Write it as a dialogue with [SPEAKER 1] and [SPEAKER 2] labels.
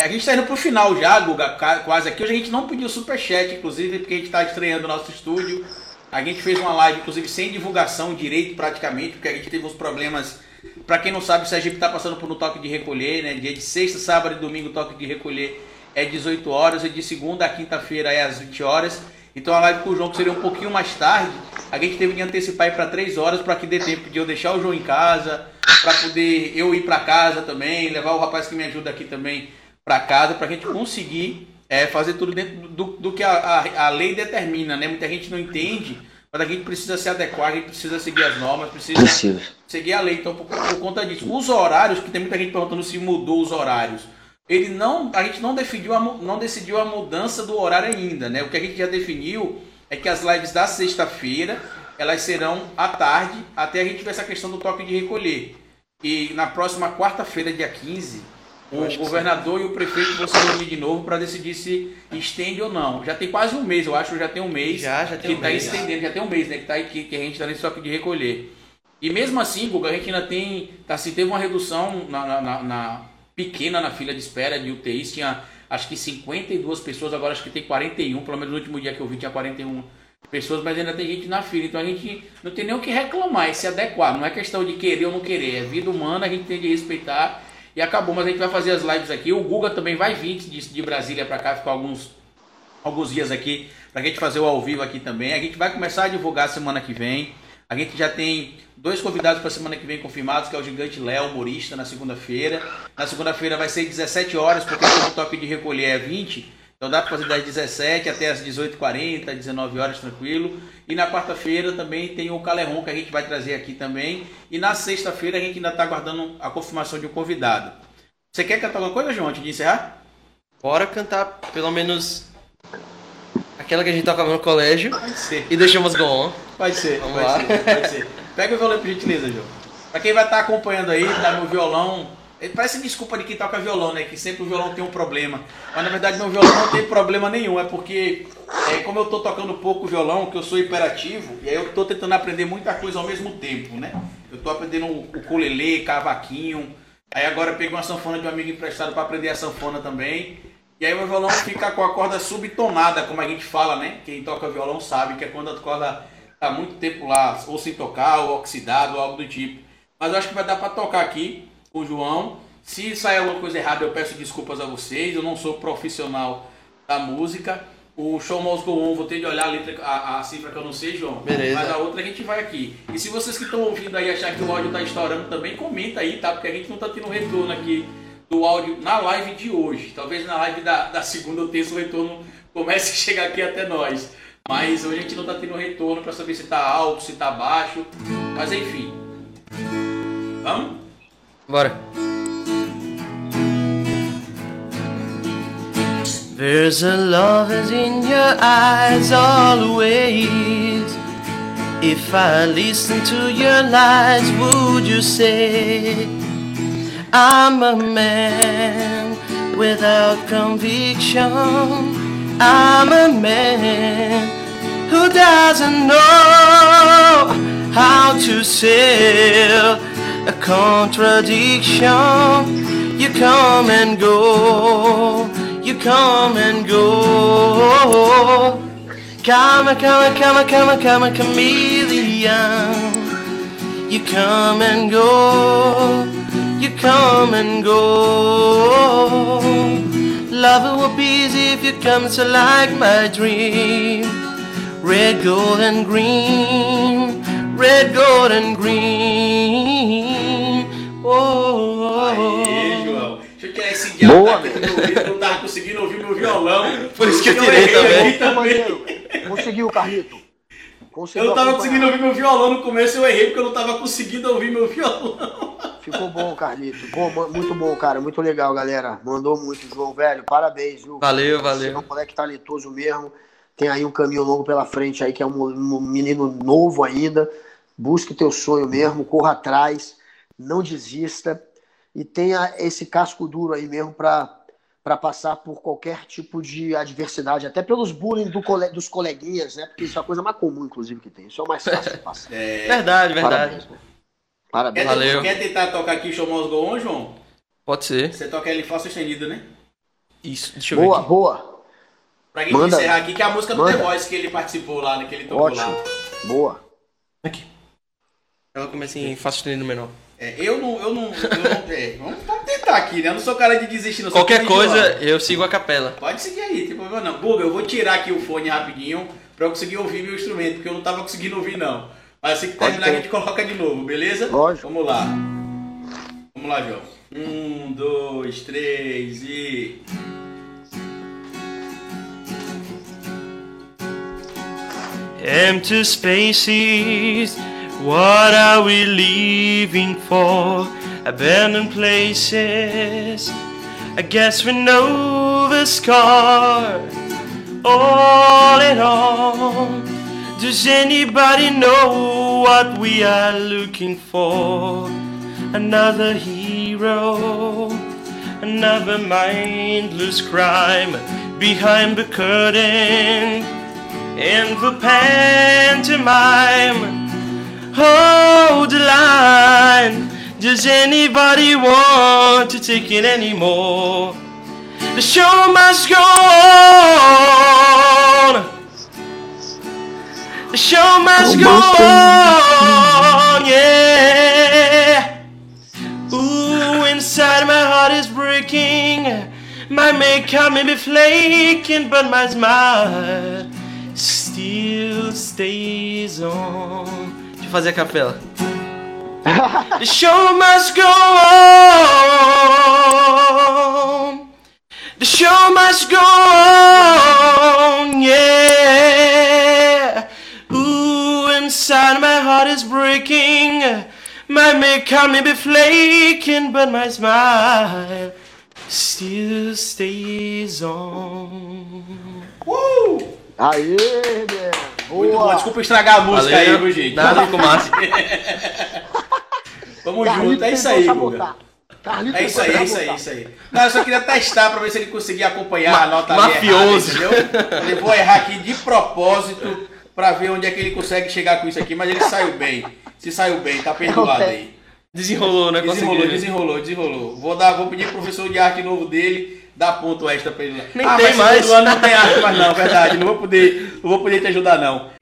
[SPEAKER 1] gente tá indo pro final já, Guga, quase aqui. Hoje a gente não pediu superchat, inclusive, porque a gente tá estreando o nosso estúdio. A gente fez uma live, inclusive, sem divulgação direito, praticamente, porque a gente teve uns problemas. Pra quem não sabe, o Sergipe tá passando por um toque de recolher, né? Dia de sexta, sábado e domingo, o toque de recolher é 18 horas, e de segunda a quinta-feira é às 20 horas. Então a live com o João, que seria um pouquinho mais tarde, a gente teve que antecipar para 3 horas para que dê tempo de eu deixar o João em casa, para poder eu ir para casa também, levar o rapaz que me ajuda aqui também para casa, para a gente conseguir fazer tudo dentro do que a lei determina, né? Muita gente não entende, mas a gente precisa se adequar, a gente precisa seguir as normas, precisa seguir a lei. Então, por conta disso, os horários, que tem muita gente perguntando se mudou os horários. A gente não decidiu a mudança do horário ainda, né? O que a gente já definiu é que as lives da sexta-feira, elas serão à tarde, até a gente ver essa questão do toque de recolher. E na próxima quarta-feira, dia 15, o governador e o prefeito vão se reunir de novo para decidir se estende ou não. Já tem quase um mês, eu acho, já tem um mês
[SPEAKER 2] já
[SPEAKER 1] que está estendendo, já tem um mês, né? Que a gente está nesse toque de recolher. E mesmo assim, Guga, a gente ainda teve uma redução pequena na fila de espera de UTIs, tinha acho que 52 pessoas, agora acho que tem 41, pelo menos no último dia que eu vi tinha 41 pessoas, mas ainda tem gente na fila, então a gente não tem nem o que reclamar, é se adequar, não é questão de querer ou não querer, é vida humana, a gente tem de respeitar e acabou, mas a gente vai fazer as lives aqui, o Guga também vai vir de Brasília para cá, ficar alguns dias aqui, pra gente fazer o ao vivo aqui também, a gente vai começar a divulgar semana que vem. A gente já tem 2 convidados para a semana que vem confirmados, que é o Gigante Léo, humorista, na segunda-feira. Na segunda-feira vai ser 17 horas, porque o toque de recolher é 20. Então dá para fazer das 17 até as 18h40, 19 horas, tranquilo. E na quarta-feira também tem o Caleron, que a gente vai trazer aqui também. E na sexta-feira a gente ainda está aguardando a confirmação de um convidado. Você quer cantar alguma coisa, João, antes de encerrar?
[SPEAKER 2] Bora cantar pelo menos aquela que a gente tocava no colégio.
[SPEAKER 1] Pode ser.
[SPEAKER 2] E deixamos go on.
[SPEAKER 1] Pode ser,
[SPEAKER 2] Vamos
[SPEAKER 1] pode
[SPEAKER 2] lá.
[SPEAKER 1] ser, pode ser. Pega o violão por gentileza, João. Pra quem vai estar acompanhando aí, tá meu violão. Parece desculpa de quem toca violão, né? Que sempre o violão tem um problema. Mas na verdade meu violão não tem problema nenhum. É porque, como eu tô tocando pouco violão, que eu sou hiperativo, e aí eu tô tentando aprender muita coisa ao mesmo tempo, né? Eu tô aprendendo o ukulele, cavaquinho. Aí agora eu peguei uma sanfona de um amigo emprestado para aprender a sanfona também. E aí o meu violão fica com a corda subtonada, como a gente fala, né? Quem toca violão sabe que é quando a corda tá muito tempo lá, ou sem tocar, ou oxidado, ou algo do tipo. Mas eu acho que vai dar para tocar aqui com o João. Se sair alguma coisa errada, eu peço desculpas a vocês. Eu não sou profissional da música. O Show Must Go On, vou ter de olhar a letra, a cifra que eu não sei, João.
[SPEAKER 2] Beleza.
[SPEAKER 1] Mas a outra a gente vai aqui. E se vocês que estão ouvindo aí achar que o áudio tá estourando também, comenta aí, tá? Porque a gente não tá tendo retorno aqui do áudio na live de hoje. Talvez na live da segunda ou terça o retorno comece a chegar aqui até nós. Mas hoje a gente não está tendo retorno para saber se está alto, se está baixo. Mas enfim. Vamos?
[SPEAKER 2] Bora. There's a love in your eyes always. If I listen to your lies, would you say I'm a man without conviction? I'm a man who doesn't know how to sell a contradiction. You come and go, you come and go. Come, chameleon. You come and go, you come and go. Love would be easy if you come to like my dream. Red, gold and green. Red, gold and green. Oh.
[SPEAKER 1] Aí, João. Deixa eu tirar esse diabo
[SPEAKER 3] Boa,
[SPEAKER 1] daqui do meu ouvido, eu não tava conseguindo ouvir meu violão.
[SPEAKER 2] Por isso que eu tirei
[SPEAKER 3] Maneiro. Conseguiu, Carlito.
[SPEAKER 1] Eu não tava conseguindo ouvir meu violão no começo, eu errei porque eu não tava conseguindo ouvir meu violão.
[SPEAKER 3] Ficou bom, Carlito. Bom, muito bom, cara. Muito legal, galera. Mandou muito, João, velho. Parabéns, viu?
[SPEAKER 2] Valeu, valeu.
[SPEAKER 3] Você é um moleque talentoso mesmo. Tem aí um caminho longo pela frente aí, que é um menino novo ainda. Busque teu sonho mesmo, corra atrás, não desista e tenha esse casco duro aí mesmo para passar por qualquer tipo de adversidade, até pelos bullying dos coleguinhas, né? Porque isso é a coisa mais comum, inclusive, que tem. Isso é o mais fácil de passar.
[SPEAKER 2] Verdade, verdade.
[SPEAKER 3] Parabéns.
[SPEAKER 2] Valeu.
[SPEAKER 1] Quer tentar tocar aqui o Show Must Go On, João?
[SPEAKER 2] Pode ser.
[SPEAKER 1] Você toca ele em Fá sustenido, né?
[SPEAKER 2] Isso, deixa eu ver
[SPEAKER 3] Boa,
[SPEAKER 2] aqui.
[SPEAKER 3] boa.
[SPEAKER 1] Pra gente
[SPEAKER 3] Manda.
[SPEAKER 1] encerrar aqui, que é a música do
[SPEAKER 3] Manda.
[SPEAKER 1] The Voice que ele participou lá, né, que ele tocou
[SPEAKER 3] Ótimo.
[SPEAKER 1] lá.
[SPEAKER 3] Boa.
[SPEAKER 2] Aqui. Ela começa em Fá sustenido menor.
[SPEAKER 1] Eu não vamos tentar aqui, né? Eu não sou cara de desistir, não. Sou
[SPEAKER 2] Qualquer coisa,
[SPEAKER 1] individual.
[SPEAKER 2] eu sigo a capela.
[SPEAKER 1] Pode seguir aí, não tem problema não. Guga, eu vou tirar aqui o fone rapidinho pra eu conseguir ouvir meu instrumento, porque eu não tava conseguindo ouvir não. Mas assim que
[SPEAKER 3] Pode
[SPEAKER 1] terminar a
[SPEAKER 3] ter.
[SPEAKER 1] gente coloca de novo, beleza?
[SPEAKER 3] Lógico.
[SPEAKER 1] Vamos lá. Vamos lá, João. 1, 2, 3 e...
[SPEAKER 2] Empty spaces, what are we leaving for? Abandoned places, I guess we know the scar. All in all, does anybody know what we are looking for? Another hero, another mindless crime behind the curtain. In the pantomime, hold the line. Does anybody want to take it anymore? The show must go on. The show must go on, yeah. Ooh, inside my heart is breaking. My makeup may be flaking, but my smile still stays on. Deixa eu fazer a capela. The show must go on. The show must go on, yeah. Ooh, inside my heart is breaking. My makeup may be flaking, but my smile still stays on.
[SPEAKER 3] Aê, Renan.
[SPEAKER 1] Muito bom,
[SPEAKER 3] Boa.
[SPEAKER 1] desculpa estragar a música aí, viu, gente?
[SPEAKER 2] Nada, ficou massa.
[SPEAKER 1] Vamos
[SPEAKER 3] Carlito
[SPEAKER 1] junto, é isso
[SPEAKER 3] tentou
[SPEAKER 1] aí,
[SPEAKER 3] sabotar.
[SPEAKER 1] Guga.
[SPEAKER 3] Carlito
[SPEAKER 1] É isso aí,
[SPEAKER 3] tentou
[SPEAKER 1] é isso aí, é
[SPEAKER 3] sabotar.
[SPEAKER 1] isso aí. Não, eu só queria testar pra ver se ele conseguia acompanhar a nota ali
[SPEAKER 2] mafioso.
[SPEAKER 1] errada, entendeu? Eu vou errar aqui de propósito pra ver onde é que ele consegue chegar com isso aqui, mas ele saiu bem. Se saiu bem, tá perdoado aí.
[SPEAKER 2] Desenrolou, né?
[SPEAKER 1] Desenrolou. Vou pedir pro professor de arte novo dele dar ponto extra pra ele.
[SPEAKER 2] Nem
[SPEAKER 1] mas
[SPEAKER 2] tem mais.
[SPEAKER 1] segundo ano não tem arte mais não, verdade. Não vou poder te ajudar não.